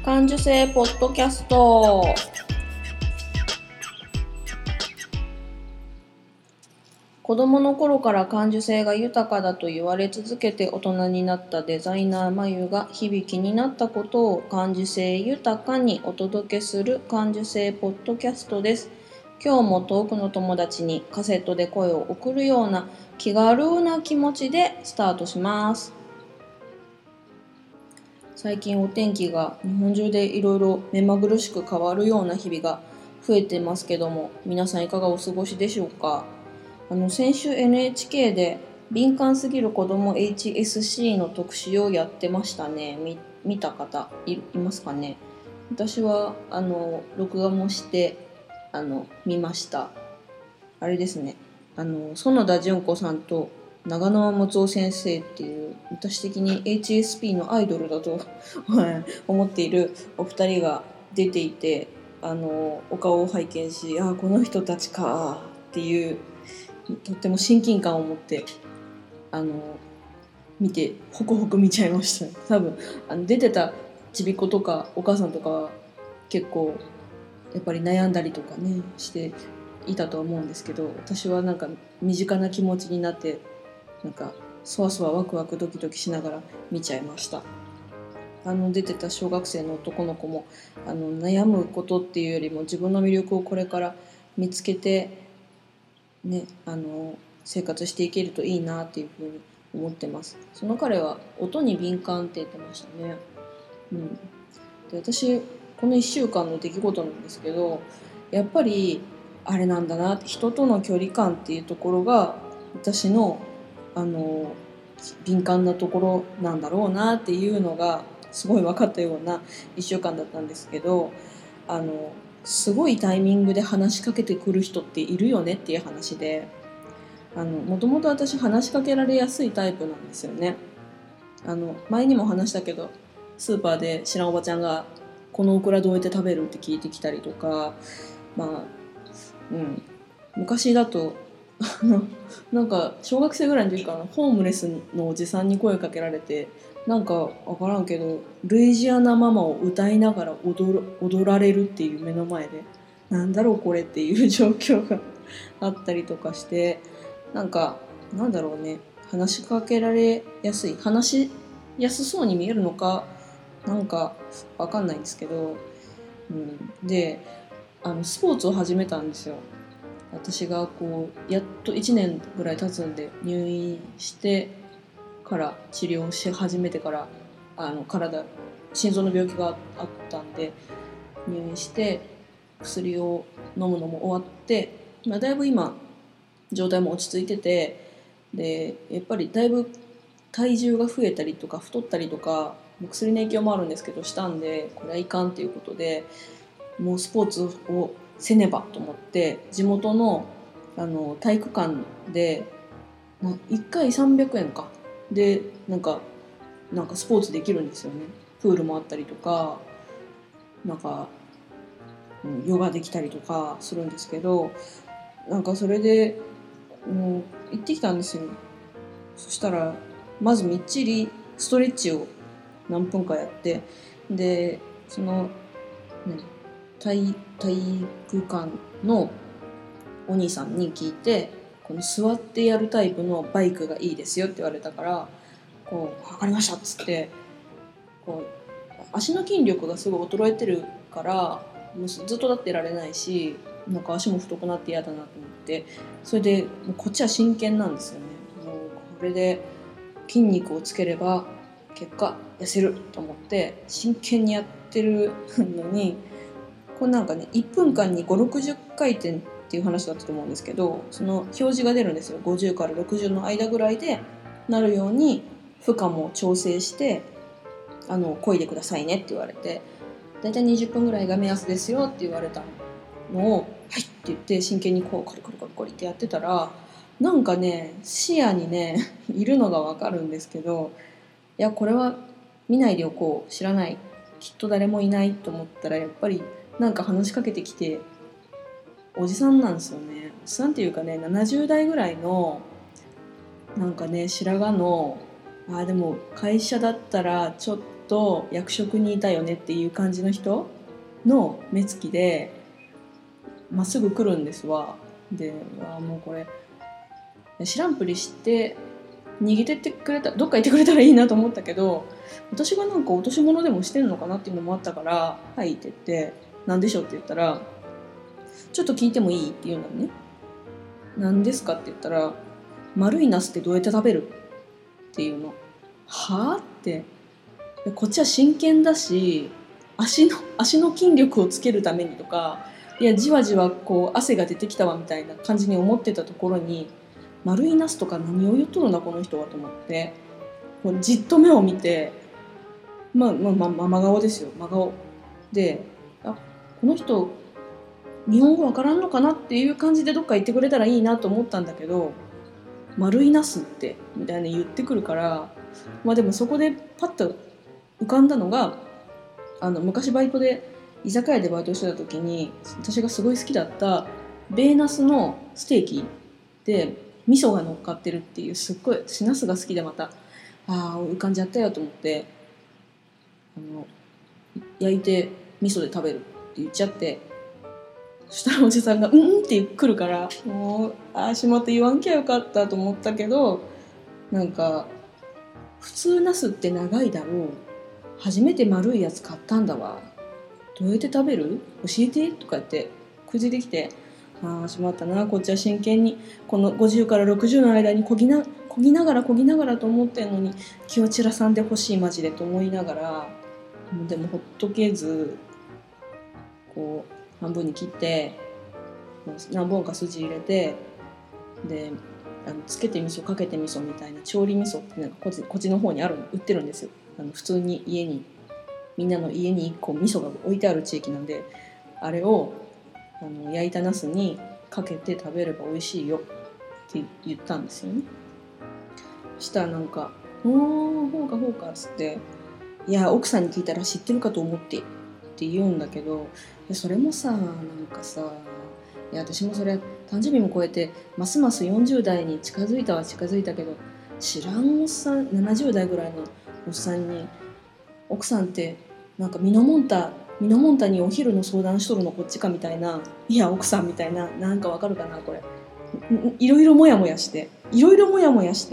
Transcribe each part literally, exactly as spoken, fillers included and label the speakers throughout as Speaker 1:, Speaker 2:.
Speaker 1: 感受性ポッドキャスト。子供の頃から感受性が豊かだと言われ続けて大人になったデザイナーまゆが日々気になったことを感受性豊かにお届けする感受性ポッドキャストです。今日も遠くの友達にカセットで声を送るような気軽な気持ちでスタートします。最近お天気が日本中でいろいろ目まぐるしく変わるような日々が増えてますけども、皆さんいかがお過ごしでしょうか。あの先週 エヌエイチケー で敏感すぎる子ども エイチエスシー の特集をやってましたね。 見, 見た方 い, いますかね。私はあの録画もしてあの見ました。あれですね、あの園田純子さんと長沼睦夫先生っていう私的に エイチエスピー のアイドルだと思っているお二人が出ていて、あのお顔を拝見し、あこの人たちかっていうとっても親近感を持ってあの見てホクホク見ちゃいました。多分あの出てたちびっ子とかお母さんとかは結構やっぱり悩んだりとかねしていたと思うんですけど、私はなんか身近な気持ちになってなんかそわそわワクワクドキドキしながら見ちゃいました。あの出てた小学生の男の子もあの悩むことっていうよりも自分の魅力をこれから見つけてね、あの生活していけるといいなっていうふうに思ってます。その彼は音に敏感って言ってましたね。うん、で私このいっしゅうかんの出来事なんですけど、やっぱりあれなんだな、人との距離感っていうところが私のあの敏感なところなんだろうなっていうのがすごい分かったようないっしゅうかんだったんですけど、あのすごいタイミングで話しかけてくる人っているよねっていう話で、あのもともと私話しかけられやすいタイプなんですよね。あの前にも話したけど、スーパーで知らんおばちゃんがこのオクラどうやって食べるって聞いてきたりとか、まあうん昔だとなんか小学生ぐらいの時からホームレスのおじさんに声かけられて、なんか分からんけどルイジアナママを歌いながら 踊, 踊られるっていう目の前で、なんだろうこれっていう状況があったりとかして、なんかなんだろうね、話しかけられやすい、話しやすそうに見えるのかなんか分かんないんですけど、うん、であのスポーツを始めたんですよ。私がこうやっといちねんぐらい経つんで、入院してから治療し始めてからあの体心臓の病気があったんで入院して薬を飲むのも終わって、まあ、だいぶ今状態も落ち着いてて、でやっぱりだいぶ体重が増えたりとか太ったりとか薬の影響もあるんですけどしたんで、これはいかんっていうことでもうスポーツをせねばと思って地元 の, あの体育館でいっかいさんびゃくえんかでなんかなんかスポーツできるんですよね。プールもあったりとかなんかヨガできたりとかするんですけど、なんかそれでもう行ってきたんですよ。そしたらまずみっちりストレッチを何分かやって、でその、ね、体, 体育館のお兄さんに聞いて、この座ってやるタイプのバイクがいいですよって言われたから、こう分かりましたっつってこう足の筋力がすごい衰えてるからもうずっと立ってられないし、なんか足も太くなって嫌だなと思って、それでもうこっちは真剣なんですよね。もうこれで筋肉をつければ結果痩せると思って真剣にやってるのに、これなんかねいっぷんかんにごじゅうろくじゅっかい転っていう話だったと思うんですけど、その表示が出るんですよ。ごじゅうからろくじゅうの間ぐらいでなるように負荷も調整してあの漕いでくださいねって言われて、だいたいにじゅっぷんぐらいが目安ですよって言われたのをはいって言って真剣にこうコリコリコリコリってやってたら、なんかね視野にねいるのが分かるんですけど、いやこれは見ないでおこう、知らない、きっと誰もいないと思ったら、やっぱりなんか話しかけてきておじさんなんですよね。おじさんっていうかねななじゅう代ぐらいのなんかね白髪の、あでも会社だったらちょっと役職にいたよねっていう感じの人の目つきでまっすぐ来るんですわ。で、あもうこれ知らんぷりして逃げてってくれた、どっか行ってくれたらいいなと思ったけど、私がなんか落とし物でもしてんのかなっていうのもあったから「はい」って言って「何でしょう?」って言ったら「ちょっと聞いてもいい?」って言うのね。何ですかって言ったら「丸いナスってどうやって食べる?」っていうの。はぁって、こっちは真剣だし、足の足の筋力をつけるためにとか、いやじわじわこう汗が出てきたわみたいな感じに思ってたところに、丸いナスとか何を言っとるんだこの人はと思って、もうじっと目を見て、まあまあまあ、まあ、真顔ですよ、真顔で、あこの人日本語わからんのかなっていう感じでどっか行ってくれたらいいなと思ったんだけど、丸いナスってみたいな言ってくるから、まあでもそこでパッと浮かんだのが、あの昔バイトで居酒屋でバイトしてた時に私がすごい好きだったベーナスのステーキで味噌が乗っかってるっていう、すっごい私ナスが好きでまたあー浮かんじゃったよと思って、あの焼いて味噌で食べるって言っちゃって、そしたらおじさんが「うんうん」って来るから、もうああしまって言わんきゃよかったと思ったけど、なんか普通ナスって長いだろう、初めて丸いやつ買ったんだわ、どうやって食べる教えてとか言ってくじいてきて、ああしまったな、こっちは真剣にこのごじゅうからろくじゅうの間にこぎなこぎながらこぎながらと思ってんのに気を散らさんでほしいマジでと思いながら、でもほっとけずこう半分に切って何本か筋入れて、であのつけて味噌かけて味噌みたいな調理味噌ってなんかこっち、こっちの方にあるの売ってるんですよ。あの普通に家にみんなの家にいっこ味噌が置いてある地域なんで、あれをあの焼いたナスにかけて食べれば美味しいよって言ったんですよね。そしたらなんか「おーほうかほうか」っつって「いや奥さんに聞いたら知ってるかと思って」って言うんだけど、いやそれもさなんかさ、いや私もそれ誕生日も超えてますますよんじゅう代に近づいたは近づいたけど、知らんおっさんななじゅう代ぐらいのおっさんに「奥さんってなんかミノモンタミノモンタにお昼の相談しとるのこっちか」みたいな「いや奥さん」みたいな、なんかわかるかなこれ、いろいろモヤモヤしていろいろモヤモヤして、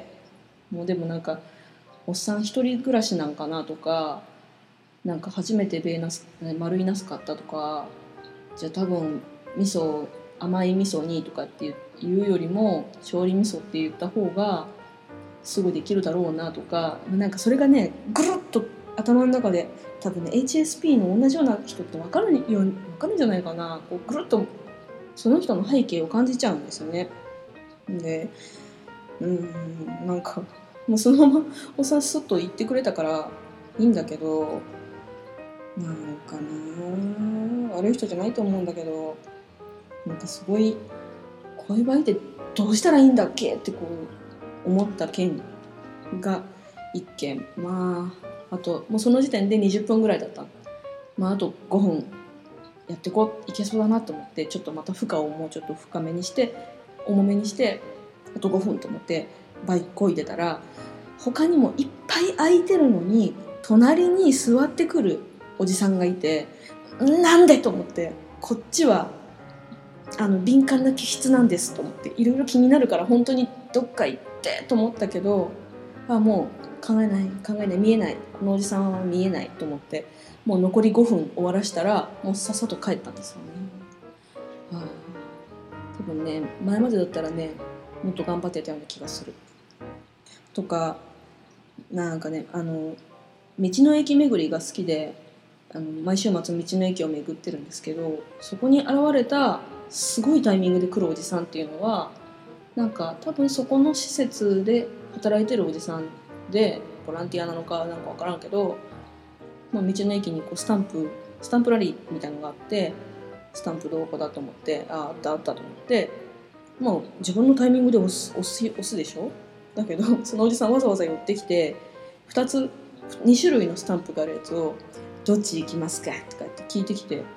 Speaker 1: もうでもなんかおっさん一人暮らしなんかなとか、なんか初めてベーナス丸いナス買ったとか、じゃあ多分味噌甘い味噌にとかっていうよりも調理味噌って言った方がすぐできるだろうなとか、なんかそれがねぐるっと頭の中で、多分ね エイチエスピー の同じような人って分かるよう分かるんじゃないかな、こうぐるっとその人の背景を感じちゃうんですよね。でうーんなんかもうそのままおさっすっと言ってくれたからいいんだけど、なんかな悪い人じゃないと思うんだけど、なんかすごいこういう場合ってどうしたらいいんだっけってこう思った件が一件、まああともうその時点でにじゅっぷんぐらいだった。まああとごふんやってこいけそうだなと思って、ちょっとまた負荷をもうちょっと深めにして重めにしてあとごふんと思ってバイクこいでたら、他にもいっぱい空いてるのに隣に座ってくるおじさんがいて、なんでと思って、こっちはあの敏感な気質なんですと思って、いろいろ気になるから本当にどっか行ってと思ったけど、あもう考えない考えない見えない、このおじさんは見えないと思って、もう残りごふん終わらしたらもうさっさと帰ったんですよね。あ多分ね前までだったらねもっと頑張ってたような気がする。とかなんかねあの道の駅巡りが好きで、あの毎週末道の駅を巡ってるんですけど、そこに現れたすごいタイミングで来るおじさんっていうのはなんか多分そこの施設で働いてるおじさんで、ボランティアなのかなんか分からんけど、まあ、道の駅にこうスタンプスタンプラリーみたいなのがあって、スタンプどこだと思って、あああったあったと思って、まあ自分のタイミングで押す押す押すでしょ。だけどそのおじさんわざわざ寄ってきてふたつに種類のスタンプがあるやつを「どっち行きますか?」とかって聞いてきて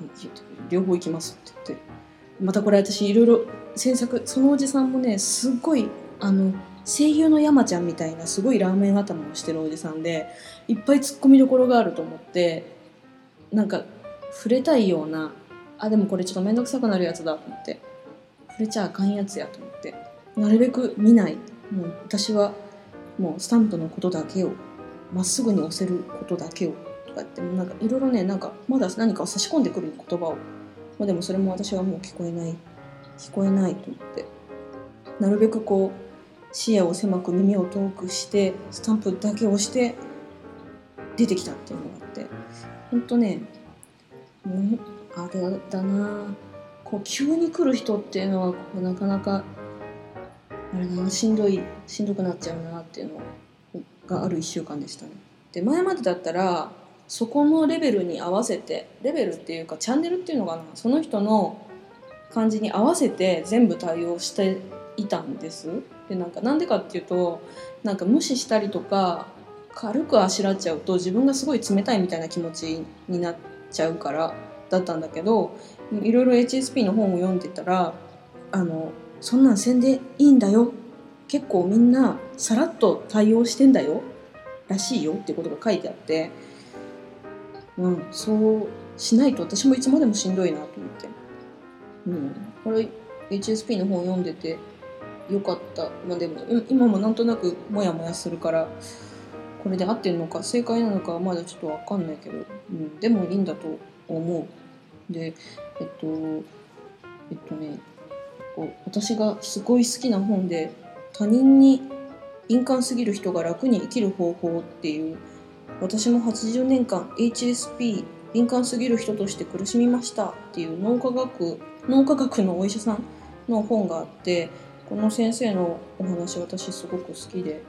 Speaker 1: 「両方行きます」って言って、またこれ私いろいろ詮索、そのおじさんもねすっごいあの声優の山ちゃんみたいなすごいラーメン頭をしてるおじさんで、いっぱいツッコミどころがあると思って、なんか触れたいような、あでもこれちょっとめんどくさくなるやつだと思って、触れちゃあかんやつやと思って、なるべく見ない。もう私はもうスタンプのことだけを、まっすぐに押せることだけをとか言って、なんかいろいろね、なんかまだ何かを差し込んでくる言葉を、まあ、でもそれも私はもう聞こえない聞こえないと思って、なるべくこう視野を狭く耳を遠くしてスタンプだけ押して出てきたっていうのがあって、ほんとね、もうあれだな、こう急に来る人っていうのはこうなかなかあれだな、しんどいしんどくなっちゃうなっていうのがあるいっしゅうかんでしたね。で前までだったらそこのレベルに合わせて、レベルっていうかチャンネルっていうのかな、その人の感じに合わせて全部対応していたんです。でなんかなんでかっていうと、なんか無視したりとか軽くあしらっちゃうと自分がすごい冷たいみたいな気持ちになっちゃうからだったんだけど、いろいろ エイチエスピー の本を読んでたら、あのそんなんせんでいいんだよ、結構みんなさらっと対応してんだよらしいよってことが書いてあって、うん、そうしないと私もいつまでもしんどいなと思って、うん、これ エイチエスピー の本読んでてよかった。まあでも今もなんとなくモヤモヤするから、これで合ってるのか正解なのかはまだちょっと分かんないけど、うん、でもいいんだと思う。でえっとえっとねこう私がすごい好きな本で、他人に敏感すぎる人が楽に生きる方法っていう、私もはちじゅうねんかん エイチエスピー 敏感すぎる人として苦しみましたっていう脳科学脳科学のお医者さんの本があって、この先生のお話私すごく好きです。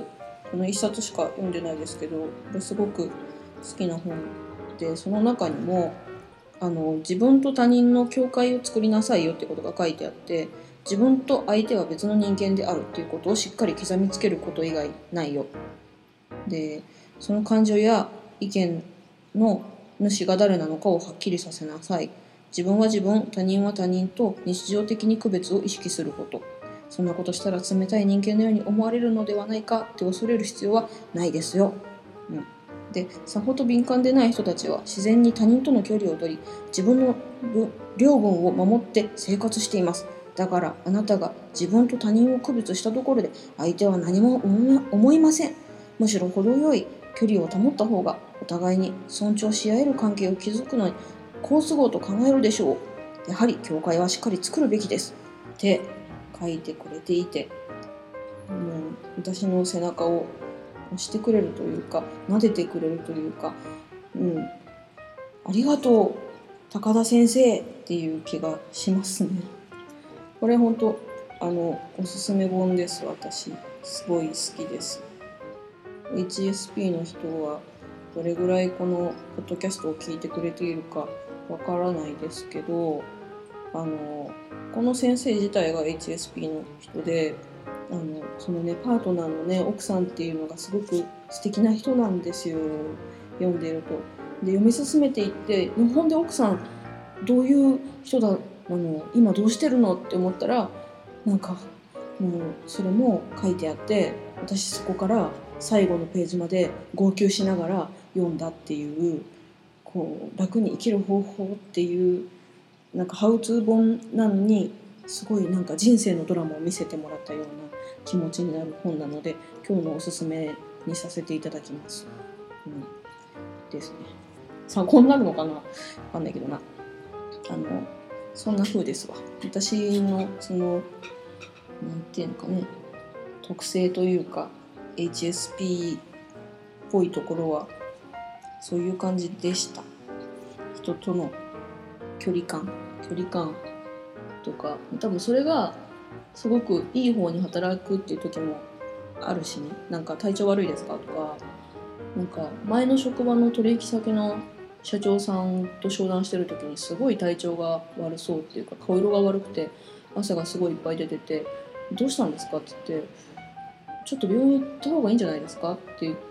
Speaker 1: この一冊しか読んでないですけど、これすごく好きな本で、その中にもあの自分と他人の境界を作りなさいよってことが書いてあって、自分と相手は別の人間であるっていうことをしっかり刻みつけること以外ないよ。でその感情や意見の主が誰なのかをはっきりさせなさい。自分は自分、他人は他人と日常的に区別を意識すること。そんなことしたら冷たい人間のように思われるのではないかって恐れる必要はないですよ。うん、でさほど敏感でない人たちは自然に他人との距離を取り、自分の領分を守って生活しています。だからあなたが自分と他人を区別したところで相手は何も思いません。むしろ程よい距離を保った方がお互いに尊重し合える関係を築くのに好都合と考えるでしょう。やはり境界はしっかり作るべきですって書いてくれていて、もう私の背中を押してくれるというか、撫でてくれるというか、うん、ありがとう高田先生っていう気がしますね。これ本当あのおすすめ本です。私すごい好きです。エイチエスピー の人はどれぐらいこのポッドキャストを聞いてくれているかわからないですけど、あのこの先生自体が エイチエスピー の人で、あのそのねパートナーのね奥さんっていうのがすごく素敵な人なんですよ、読んでると。で読み進めていって、ほんで奥さんどういう人だの、今どうしてるのって思ったら、なんかもうそれも書いてあって、私そこから最後のページまで号泣しながら読んだっていう、こう楽に生きる方法っていうなんかハウツー本なのに、すごいなんか人生のドラマを見せてもらったような気持ちになる本なので、今日のおすすめにさせていただきます、うん、ですね。参考になるのかな、わかんないけどな。あのそんな風ですわ。私のそのなんていうのかね、特性というか エイチエスピー っぽいところはそういう感じでした。人との距離感距離感とか、多分それがすごくいい方に働くっていう時もあるしね。なんか体調悪いですかとか、なんか前の職場の取引先の社長さんと商談してる時にすごい体調が悪そうっていうか、顔色が悪くて汗がすごいいっぱい出てて、どうしたんですかって言って、ちょっと病院行った方がいいんじゃないですかって言って、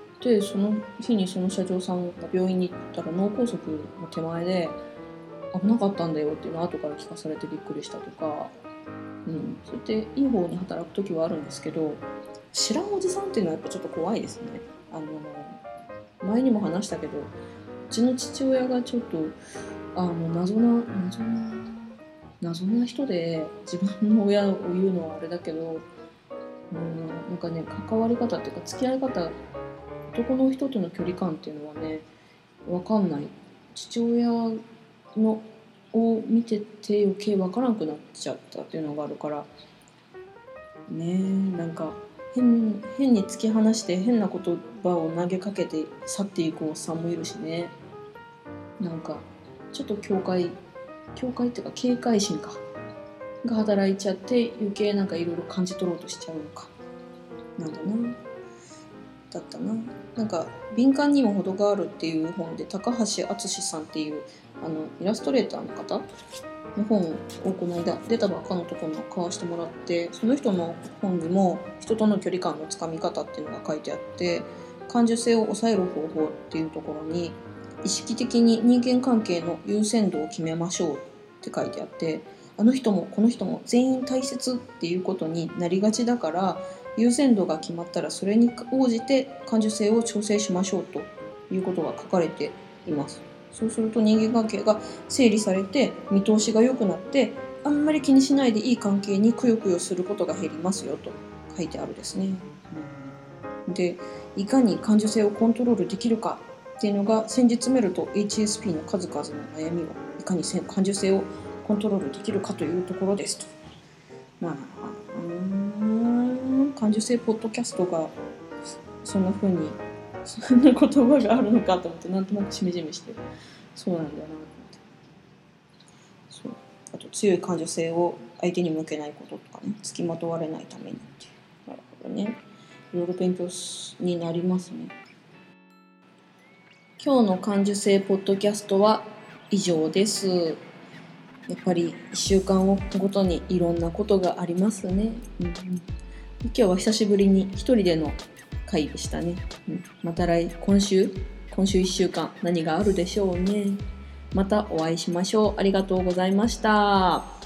Speaker 1: その日にその社長さんが病院に行ったら脳梗塞の手前で危なかったんだよっていうのを後から聞かされてびっくりしたとか、 うん、そうやっていい方に働く時はあるんですけど、知らんおじさんっていうのはやっぱちょっと怖いですね。あの前にも話したけど、うちの父親がちょっとあの謎な謎な謎な人で、自分の親を言うのはあれだけど、うん、なんかね、関わり方っていうか付き合い方、男の人との距離感っていうのはね、分かんない。父親のを見てて余計分からなくなっちゃったっていうのがあるからね。えなんか変変に突き放して変な言葉を投げかけて去っていくおっさんもいるしね。なんかちょっと境界境界っていうか警戒心かが働いちゃって余計なんかいろいろ感じ取ろうとしちゃうのかなんだなだったな。なんか敏感にも程があるっていう本で高橋敦さんっていうあのイラストレーターの方の本をこの間出たばっかのところに買わしてもらって、その人の本にも人との距離感のつかみ方っていうのが書いてあって、感受性を抑える方法っていうところに意識的に人間関係の優先度を決めましょうって書いてあって、あの人もこの人も全員大切っていうことになりがちだから、優先度が決まったらそれに応じて感受性を調整しましょうということが書かれています。そうすると人間関係が整理されて見通しが良くなって、あんまり気にしないでいい関係にくよくよすることが減りますよと書いてあるですね。で、いかに感受性をコントロールできるかっていうのが先日詰めると エイチエスピー の数々の悩みをいかに感受性をコントロールできるかというところですと。まあ、うーん感受性ポッドキャストがそんな風にそんな言葉があるのかと思って、なんとなくしみじみして、そうなんだよなと思って。そう。あと強い感受性を相手に向けないこととかね、付きまとわれないためにっていう。なるほどね。いろいろ勉強になりますね。今日の感受性ポッドキャストは以上です。やっぱりいっしゅうかんごとにいろんなことがありますね。うんうん、今日は久しぶりに一人での回でしたね。うん、また来今週今週いっしゅうかん何があるでしょうね。またお会いしましょう。ありがとうございました。